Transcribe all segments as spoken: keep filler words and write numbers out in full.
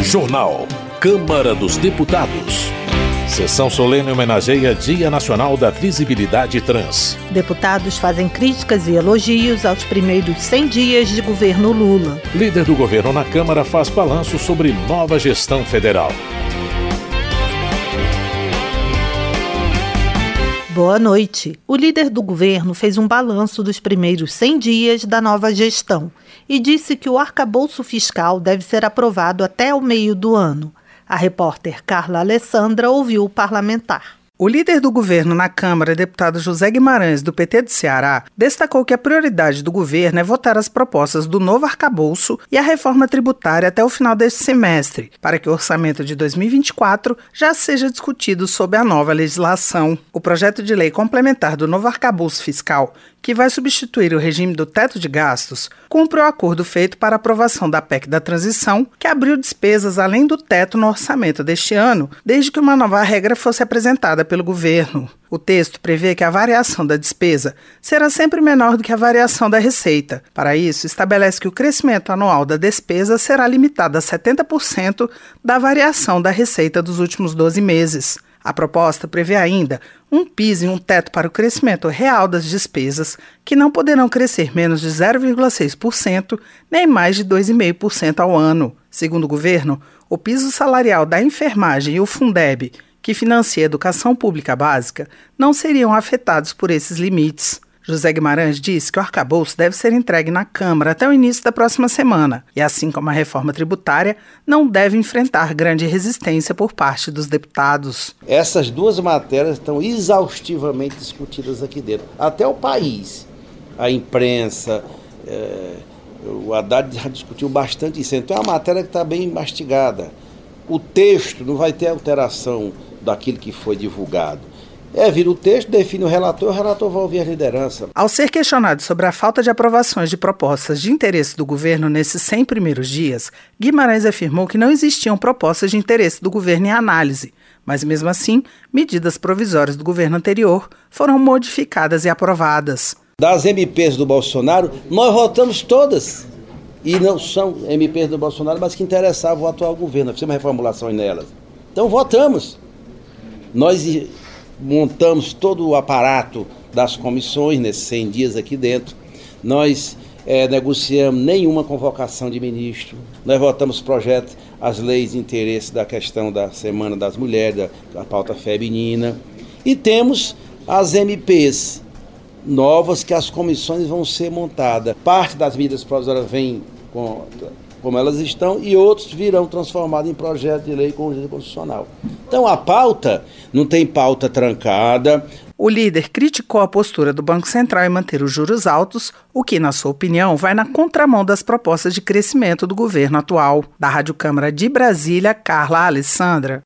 Jornal. Câmara dos Deputados. Sessão solene homenageia Dia Nacional da Visibilidade Trans. Deputados fazem críticas e elogios aos primeiros cem dias de governo Lula. Líder do governo na Câmara faz balanço sobre nova gestão federal. Boa noite. O líder do governo fez um balanço dos primeiros cem dias da nova gestão e disse que o arcabouço fiscal deve ser aprovado até o meio do ano. A repórter Carla Alessandra ouviu o parlamentar. O líder do governo na Câmara, deputado José Guimarães, do P T do Ceará, destacou que a prioridade do governo é votar as propostas do novo arcabouço e a reforma tributária até o final deste semestre, para que o orçamento de dois mil e vinte e quatro já seja discutido sob a nova legislação. O projeto de lei complementar do novo arcabouço fiscal, que vai substituir o regime do teto de gastos, cumpre o acordo feito para a aprovação da P E C da transição, que abriu despesas além do teto no orçamento deste ano, desde que uma nova regra fosse apresentada pelo governo. O texto prevê que a variação da despesa será sempre menor do que a variação da receita. Para isso, estabelece que o crescimento anual da despesa será limitado a setenta por cento da variação da receita dos últimos doze meses. A proposta prevê ainda um piso e um teto para o crescimento real das despesas, que não poderão crescer menos de zero vírgula seis por cento nem mais de dois vírgula cinco por cento ao ano. Segundo o governo, o piso salarial da enfermagem e o Fundeb, que financia a educação pública básica, não seriam afetados por esses limites. José Guimarães disse que o arcabouço deve ser entregue na Câmara até o início da próxima semana e, assim como a reforma tributária, não deve enfrentar grande resistência por parte dos deputados. Essas duas matérias estão exaustivamente discutidas aqui dentro. Até o país, a imprensa, é, o Haddad já discutiu bastante isso. Então é uma matéria que está bem mastigada. O texto não vai ter alteração daquilo que foi divulgado. É, vira o texto, define o relator, o relator vai ouvir a liderança. Ao ser questionado sobre a falta de aprovações de propostas de interesse do governo nesses cem primeiros dias, Guimarães afirmou que não existiam propostas de interesse do governo em análise, mas mesmo assim, medidas provisórias do governo anterior foram modificadas e aprovadas. Das M Ps do Bolsonaro, nós votamos todas. E não são M Ps do Bolsonaro, mas que interessavam o atual governo. Fizemos reformulações nelas. Então votamos. Nós montamos todo o aparato das comissões nesses cem dias aqui dentro. Nós é, negociamos nenhuma convocação de ministro. Nós votamos projetos, as leis de interesse da questão da Semana das Mulheres, da, da pauta feminina. E temos as M Ps novas que as comissões vão ser montadas. Parte das medidas provisórias vem com, como elas estão e outros virão transformados em projeto de lei com urgência constitucional. Então a pauta não tem pauta trancada. O líder criticou a postura do Banco Central em manter os juros altos, o que, na sua opinião, vai na contramão das propostas de crescimento do governo atual. Da Rádio Câmara de Brasília, Carla Alessandra.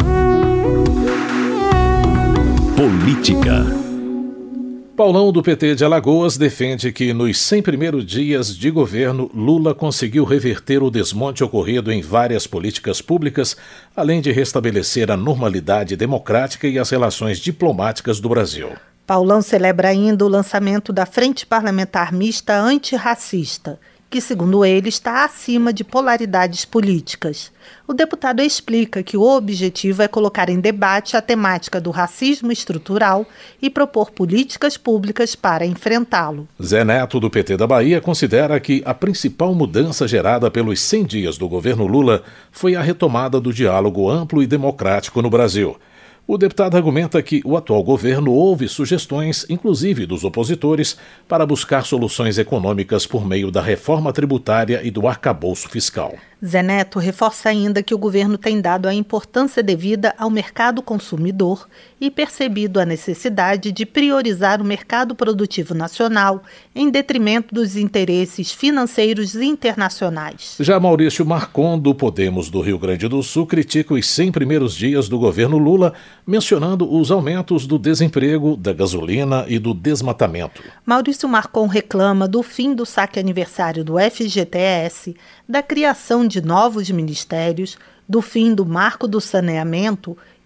Política. Paulão, do P T de Alagoas, defende que nos cem primeiros dias de governo, Lula conseguiu reverter o desmonte ocorrido em várias políticas públicas, além de restabelecer a normalidade democrática e as relações diplomáticas do Brasil. Paulão celebra ainda o lançamento da Frente Parlamentar Mista Antirracista, que, segundo ele, está acima de polaridades políticas. O deputado explica que o objetivo é colocar em debate a temática do racismo estrutural e propor políticas públicas para enfrentá-lo. Zé Neto, do P T da Bahia, considera que a principal mudança gerada pelos cem dias do governo Lula foi a retomada do diálogo amplo e democrático no Brasil. O deputado argumenta que o atual governo ouve sugestões, inclusive dos opositores, para buscar soluções econômicas por meio da reforma tributária e do arcabouço fiscal. Zé Neto reforça ainda que o governo tem dado a importância devida ao mercado consumidor e percebido a necessidade de priorizar o mercado produtivo nacional em detrimento dos interesses financeiros internacionais. Já Maurício Marcon, do Podemos do Rio Grande do Sul, critica os cem primeiros dias do governo Lula, mencionando os aumentos do desemprego, da gasolina e do desmatamento. Maurício Marcon reclama do fim do saque aniversário do F G T S, da criação de novos ministérios, do fim do marco do saneamento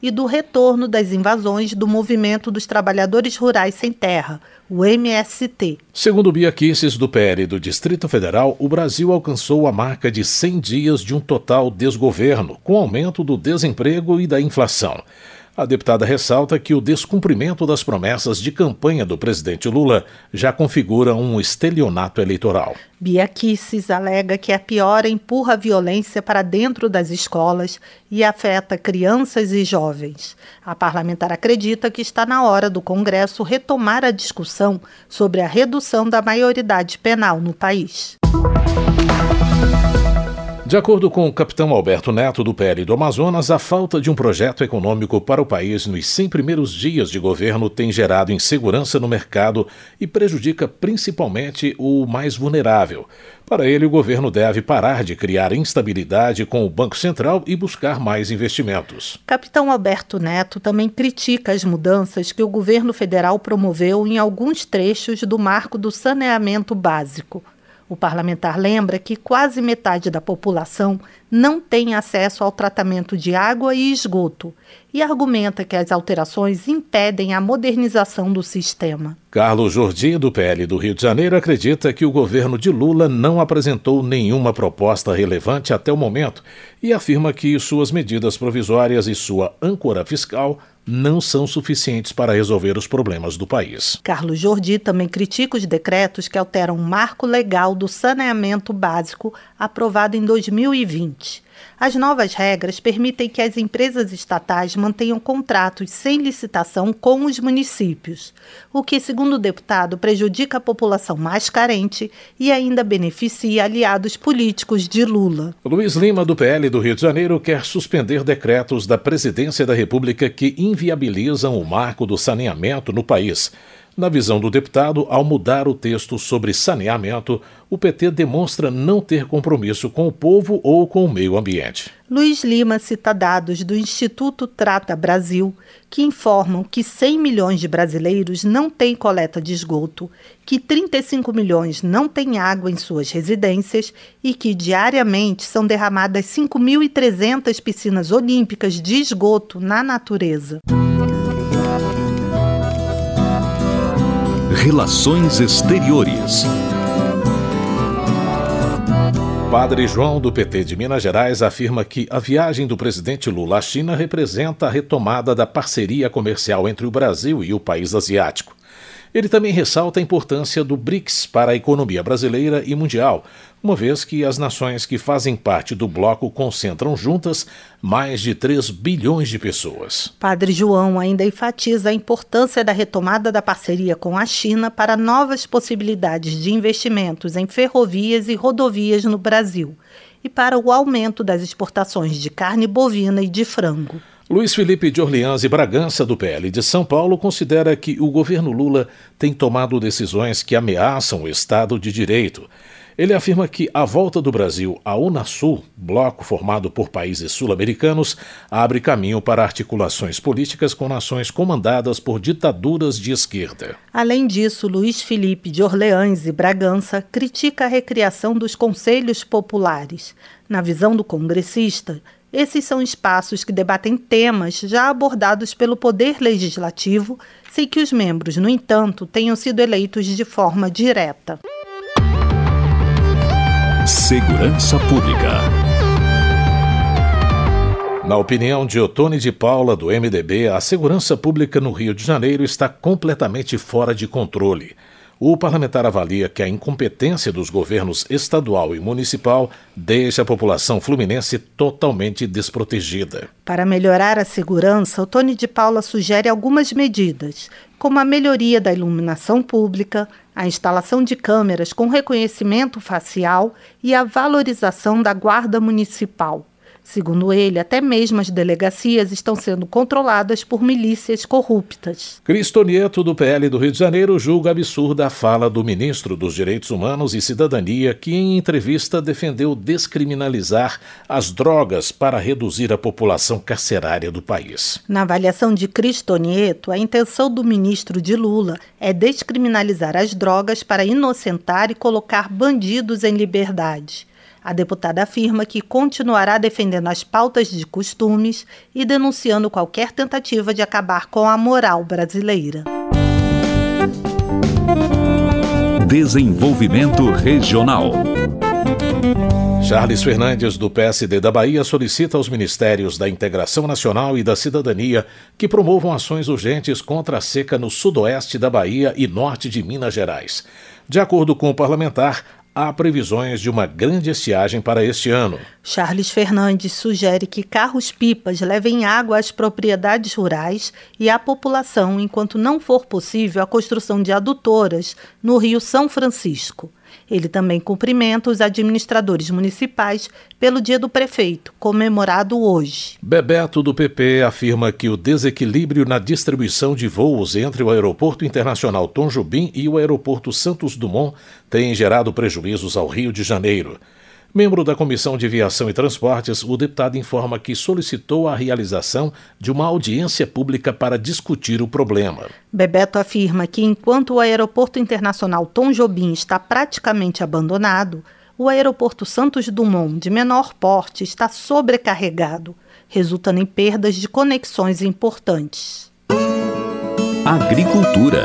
e do retorno das invasões do Movimento dos Trabalhadores Rurais Sem Terra, o M S T. Segundo Bia Kicis, do P L do Distrito Federal, o Brasil alcançou a marca de cem dias de um total desgoverno, com aumento do desemprego e da inflação. A deputada ressalta que o descumprimento das promessas de campanha do presidente Lula já configura um estelionato eleitoral. Bia Kicis alega que a piora empurra a violência para dentro das escolas e afeta crianças e jovens. A parlamentar acredita que está na hora do Congresso retomar a discussão sobre a redução da maioridade penal no país. De acordo com o capitão Alberto Neto, do P L do Amazonas, a falta de um projeto econômico para o país nos cem primeiros dias de governo tem gerado insegurança no mercado e prejudica principalmente o mais vulnerável. Para ele, o governo deve parar de criar instabilidade com o Banco Central e buscar mais investimentos. Capitão Alberto Neto também critica as mudanças que o governo federal promoveu em alguns trechos do marco do saneamento básico. O parlamentar lembra que quase metade da população não tem acesso ao tratamento de água e esgoto e argumenta que as alterações impedem a modernização do sistema. Carlos Jordi, do P L do Rio de Janeiro, acredita que o governo de Lula não apresentou nenhuma proposta relevante até o momento e afirma que suas medidas provisórias e sua âncora fiscal não são suficientes para resolver os problemas do país. Carlos Jordi também critica os decretos que alteram o marco legal do saneamento básico aprovado em dois mil e vinte. As novas regras permitem que as empresas estatais mantenham contratos sem licitação com os municípios, o que, segundo o deputado, prejudica a população mais carente e ainda beneficia aliados políticos de Lula. Luiz Lima, do P L do Rio de Janeiro, quer suspender decretos da Presidência da República que inviabilizam o marco do saneamento no país. Na visão do deputado, ao mudar o texto sobre saneamento, o P T demonstra não ter compromisso com o povo ou com o meio ambiente. Luiz Lima cita dados do Instituto Trata Brasil, que informam que cem milhões de brasileiros não têm coleta de esgoto, que trinta e cinco milhões não têm água em suas residências e que diariamente são derramadas cinco mil e trezentas piscinas olímpicas de esgoto na natureza. Relações Exteriores. Padre João, do P T de Minas Gerais, afirma que a viagem do presidente Lula à China representa a retomada da parceria comercial entre o Brasil e o país asiático. Ele também ressalta a importância do BRICS para a economia brasileira e mundial, uma vez que as nações que fazem parte do bloco concentram juntas mais de três bilhões de pessoas. Padre João ainda enfatiza a importância da retomada da parceria com a China para novas possibilidades de investimentos em ferrovias e rodovias no Brasil e para o aumento das exportações de carne bovina e de frango. Luiz Felipe de Orleans e Bragança, do P L de São Paulo, considera que o governo Lula tem tomado decisões que ameaçam o Estado de Direito. Ele afirma que a volta do Brasil à Unasul, bloco formado por países sul-americanos, abre caminho para articulações políticas com nações comandadas por ditaduras de esquerda. Além disso, Luiz Felipe de Orleans e Bragança critica a recriação dos conselhos populares. Na visão do congressista, esses são espaços que debatem temas já abordados pelo Poder Legislativo, sem que os membros, no entanto, tenham sido eleitos de forma direta. Segurança Pública. Na opinião de Ottoni de Paula, do M D B, a segurança pública no Rio de Janeiro está completamente fora de controle. O parlamentar avalia que a incompetência dos governos estadual e municipal deixa a população fluminense totalmente desprotegida. Para melhorar a segurança, Ottoni de Paula sugere algumas medidas, como a melhoria da iluminação pública, a instalação de câmeras com reconhecimento facial e a valorização da guarda municipal. Segundo ele, até mesmo as delegacias estão sendo controladas por milícias corruptas. Cristo Nieto, do P L do Rio de Janeiro, julga absurda a fala do ministro dos Direitos Humanos e Cidadania, que em entrevista defendeu descriminalizar as drogas para reduzir a população carcerária do país. Na avaliação de Cristo Nieto, a intenção do ministro de Lula é descriminalizar as drogas para inocentar e colocar bandidos em liberdade. A deputada afirma que continuará defendendo as pautas de costumes e denunciando qualquer tentativa de acabar com a moral brasileira. Desenvolvimento Regional. Charles Fernandes, do P S D da Bahia, solicita aos Ministérios da Integração Nacional e da Cidadania que promovam ações urgentes contra a seca no sudoeste da Bahia e norte de Minas Gerais. De acordo com o parlamentar, há previsões de uma grande estiagem para este ano. Charles Fernandes sugere que carros-pipas levem água às propriedades rurais e à população enquanto não for possível a construção de adutoras no Rio São Francisco. Ele também cumprimenta os administradores municipais pelo Dia do Prefeito, comemorado hoje. Bebeto, do P P, afirma que o desequilíbrio na distribuição de voos entre o Aeroporto Internacional Tom Jobim e o Aeroporto Santos Dumont tem gerado prejuízos ao Rio de Janeiro. Membro da Comissão de Viação e Transportes, o deputado informa que solicitou a realização de uma audiência pública para discutir o problema. Bebeto afirma que enquanto o Aeroporto Internacional Tom Jobim está praticamente abandonado, o Aeroporto Santos Dumont, de menor porte, está sobrecarregado, resultando em perdas de conexões importantes. Agricultura.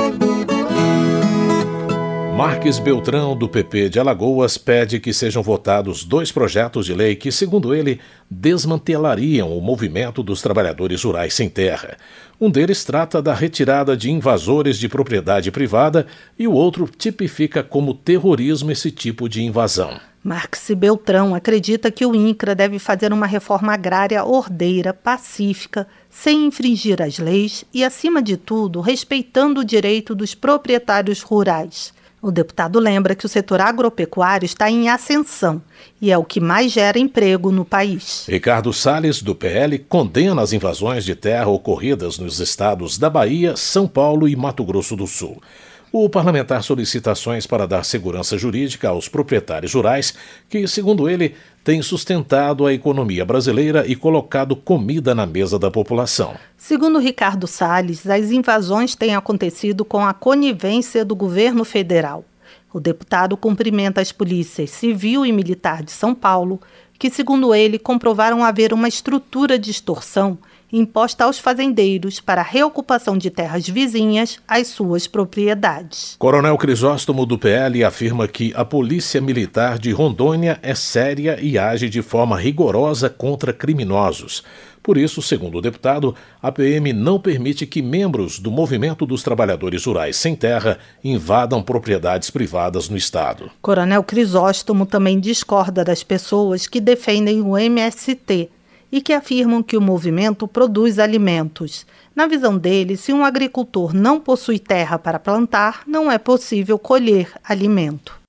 Marques Beltrão, do P P de Alagoas, pede que sejam votados dois projetos de lei que, segundo ele, desmantelariam o movimento dos trabalhadores rurais sem terra. Um deles trata da retirada de invasores de propriedade privada e o outro tipifica como terrorismo esse tipo de invasão. Marques Beltrão acredita que o INCRA deve fazer uma reforma agrária ordeira, pacífica, sem infringir as leis e, acima de tudo, respeitando o direito dos proprietários rurais. O deputado lembra que o setor agropecuário está em ascensão e é o que mais gera emprego no país. Ricardo Salles, do P L, condena as invasões de terra ocorridas nos estados da Bahia, São Paulo e Mato Grosso do Sul. O parlamentar solicita ações para dar segurança jurídica aos proprietários rurais que, segundo ele, têm sustentado a economia brasileira e colocado comida na mesa da população. Segundo Ricardo Salles, as invasões têm acontecido com a conivência do governo federal. O deputado cumprimenta as polícias civil e militar de São Paulo, que, segundo ele, comprovaram haver uma estrutura de extorsão imposta aos fazendeiros para a reocupação de terras vizinhas às suas propriedades. Coronel Crisóstomo, do P L, afirma que a Polícia Militar de Rondônia é séria e age de forma rigorosa contra criminosos. Por isso, segundo o deputado, a P M não permite que membros do Movimento dos Trabalhadores Rurais Sem Terra invadam propriedades privadas no estado. Coronel Crisóstomo também discorda das pessoas que defendem o M S T e que afirmam que o movimento produz alimentos. Na visão dele, se um agricultor não possui terra para plantar, não é possível colher alimento.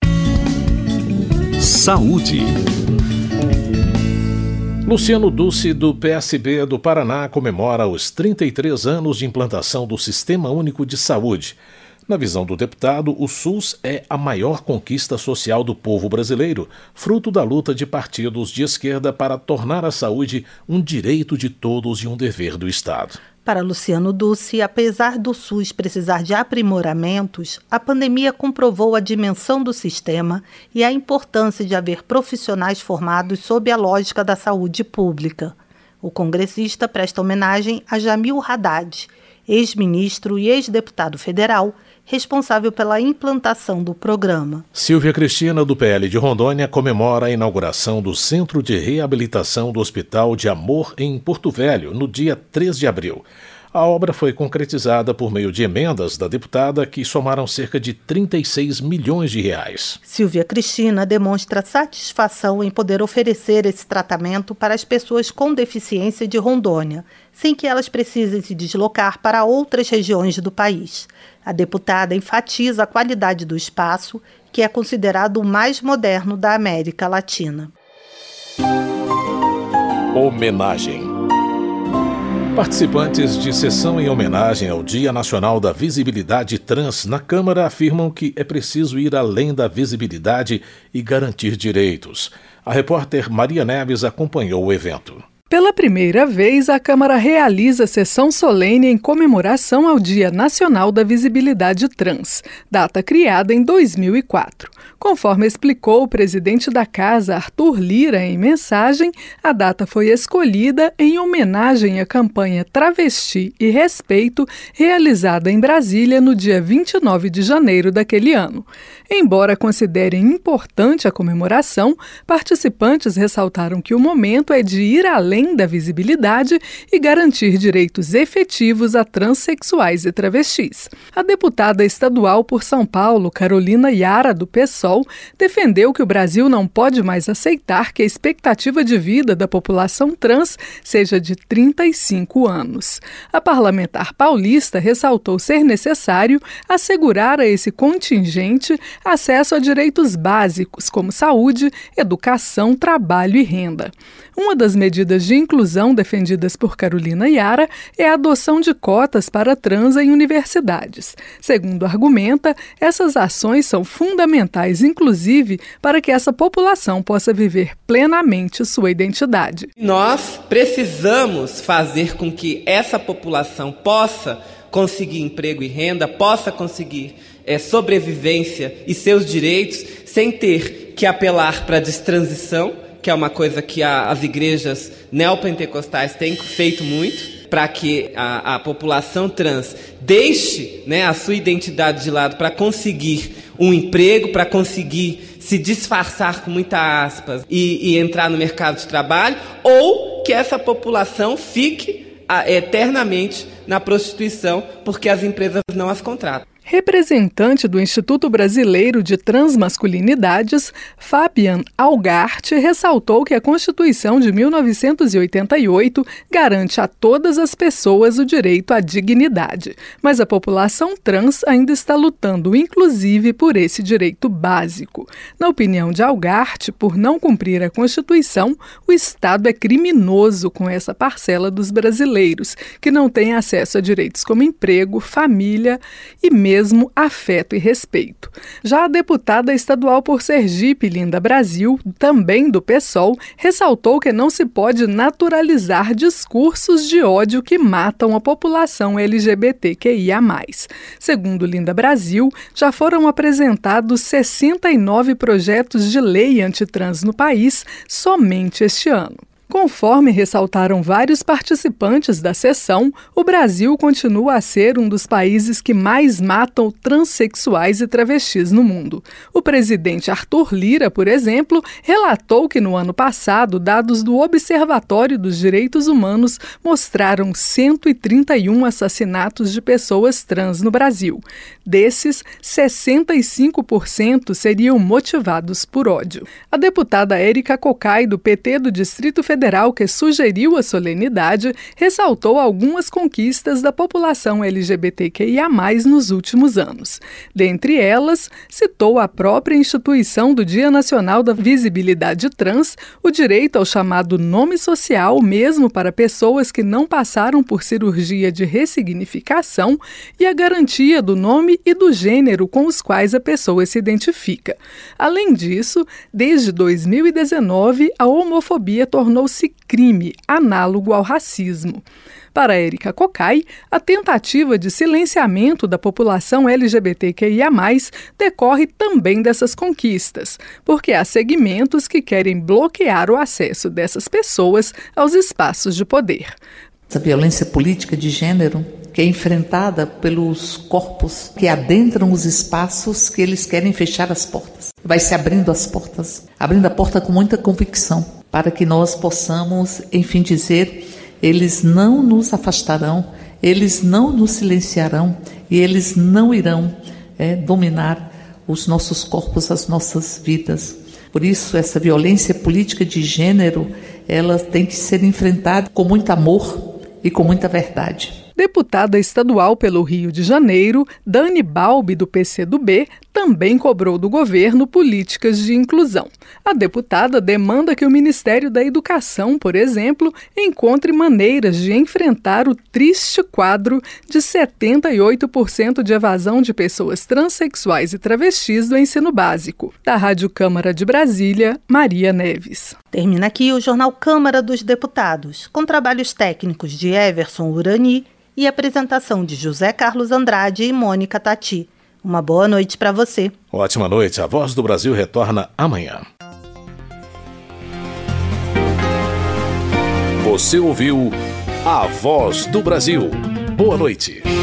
Saúde. Luciano Dulce, do P S B do Paraná, comemora os trinta e três anos de implantação do Sistema Único de Saúde. Na visão do deputado, o SUS é a maior conquista social do povo brasileiro, fruto da luta de partidos de esquerda para tornar a saúde um direito de todos e um dever do Estado. Para Luciano Dulce, apesar do SUS precisar de aprimoramentos, a pandemia comprovou a dimensão do sistema e a importância de haver profissionais formados sob a lógica da saúde pública. O congressista presta homenagem a Jamil Haddad, ex-ministro e ex-deputado federal, responsável pela implantação do programa. Silvia Cristina, do P L de Rondônia, comemora a inauguração do Centro de Reabilitação do Hospital de Amor em Porto Velho, no dia três de abril. A obra foi concretizada por meio de emendas da deputada que somaram cerca de trinta e seis milhões de reais. Silvia Cristina demonstra satisfação em poder oferecer esse tratamento para as pessoas com deficiência de Rondônia, sem que elas precisem se deslocar para outras regiões do país. A deputada enfatiza a qualidade do espaço, que é considerado o mais moderno da América Latina. Homenagem. Participantes de sessão em homenagem ao Dia Nacional da Visibilidade Trans na Câmara afirmam que é preciso ir além da visibilidade e garantir direitos. A repórter Maria Neves acompanhou o evento. Pela primeira vez, a Câmara realiza sessão solene em comemoração ao Dia Nacional da Visibilidade Trans, data criada em dois mil e quatro. Conforme explicou o presidente da Casa, Arthur Lira, em mensagem, a data foi escolhida em homenagem à campanha Travesti e Respeito, realizada em Brasília no dia vinte e nove de janeiro daquele ano. Embora considerem importante a comemoração, participantes ressaltaram que o momento é de ir além da visibilidade e garantir direitos efetivos a transexuais e travestis. A deputada estadual por São Paulo, Carolina Yara, do PSOL, defendeu que o Brasil não pode mais aceitar que a expectativa de vida da população trans seja de trinta e cinco anos. A parlamentar paulista ressaltou ser necessário assegurar a esse contingente acesso a direitos básicos como saúde, educação, trabalho e renda. Uma das medidas de inclusão defendidas por Carolina Yara é a adoção de cotas para trans em universidades. Segundo argumenta, essas ações são fundamentais, inclusive, para que essa população possa viver plenamente sua identidade. Nós precisamos fazer com que essa população possa conseguir emprego e renda, possa conseguir é, sobrevivência e seus direitos, sem ter que apelar para a destransição, que é uma coisa que a, as igrejas neopentecostais têm feito muito, para que a, a população trans deixe, né, a sua identidade de lado para conseguir um emprego, para conseguir se disfarçar com muitas aspas e, e entrar no mercado de trabalho, ou que essa população fique a, eternamente na prostituição porque as empresas não as contratam. Representante do Instituto Brasileiro de Transmasculinidades, Fabian Algart, ressaltou que a Constituição de mil novecentos e oitenta e oito garante a todas as pessoas o direito à dignidade, mas a população trans ainda está lutando, inclusive, por esse direito básico. Na opinião de Algart, por não cumprir a Constituição, o Estado é criminoso com essa parcela dos brasileiros, que não têm acesso a direitos como emprego, família e mesmo mesmo afeto e respeito. Já a deputada estadual por Sergipe, Linda Brasil, também do PSOL, ressaltou que não se pode naturalizar discursos de ódio que matam a população L G B T Q I A mais. Segundo Linda Brasil, já foram apresentados sessenta e nove projetos de lei antitrans no país somente este ano. Conforme ressaltaram vários participantes da sessão, o Brasil continua a ser um dos países que mais matam transexuais e travestis no mundo. O presidente Arthur Lira, por exemplo, relatou que no ano passado, dados do Observatório dos Direitos Humanos mostraram cento e trinta e um assassinatos de pessoas trans no Brasil. Desses, sessenta e cinco por cento seriam motivados por ódio. A deputada Érica Cocai, do P T do Distrito Federal, Federal que sugeriu a solenidade, ressaltou algumas conquistas da população L G B T Q I A mais, nos últimos anos. Dentre elas, citou a própria instituição do Dia Nacional da Visibilidade Trans, o direito ao chamado nome social, mesmo para pessoas que não passaram por cirurgia de ressignificação, e a garantia do nome e do gênero com os quais a pessoa se identifica. Além disso, desde dois mil e dezenove, a homofobia tornou-se crime, análogo ao racismo. Para Érica Cocai, a tentativa de silenciamento da população L G B T Q I A mais, decorre também dessas conquistas, porque há segmentos que querem bloquear o acesso dessas pessoas aos espaços de poder. Essa violência política de gênero, que é enfrentada pelos corpos que adentram os espaços que eles querem fechar as portas. Vai se abrindo as portas, abrindo a porta com muita convicção, para que nós possamos, enfim, dizer, eles não nos afastarão, eles não nos silenciarão e eles não irão é, dominar os nossos corpos, as nossas vidas. Por isso, essa violência política de gênero, ela tem que ser enfrentada com muito amor e com muita verdade. Deputada estadual pelo Rio de Janeiro, Dani Balbi, do P C do B, também cobrou do governo políticas de inclusão. A deputada demanda que o Ministério da Educação, por exemplo, encontre maneiras de enfrentar o triste quadro de setenta e oito por cento de evasão de pessoas transexuais e travestis do ensino básico. Da Rádio Câmara de Brasília, Maria Neves. Termina aqui o Jornal Câmara dos Deputados, com trabalhos técnicos de Everson Urani e apresentação de José Carlos Andrade e Mônica Tati. Uma boa noite para você. Ótima noite. A Voz do Brasil retorna amanhã. Você ouviu A Voz do Brasil. Boa noite.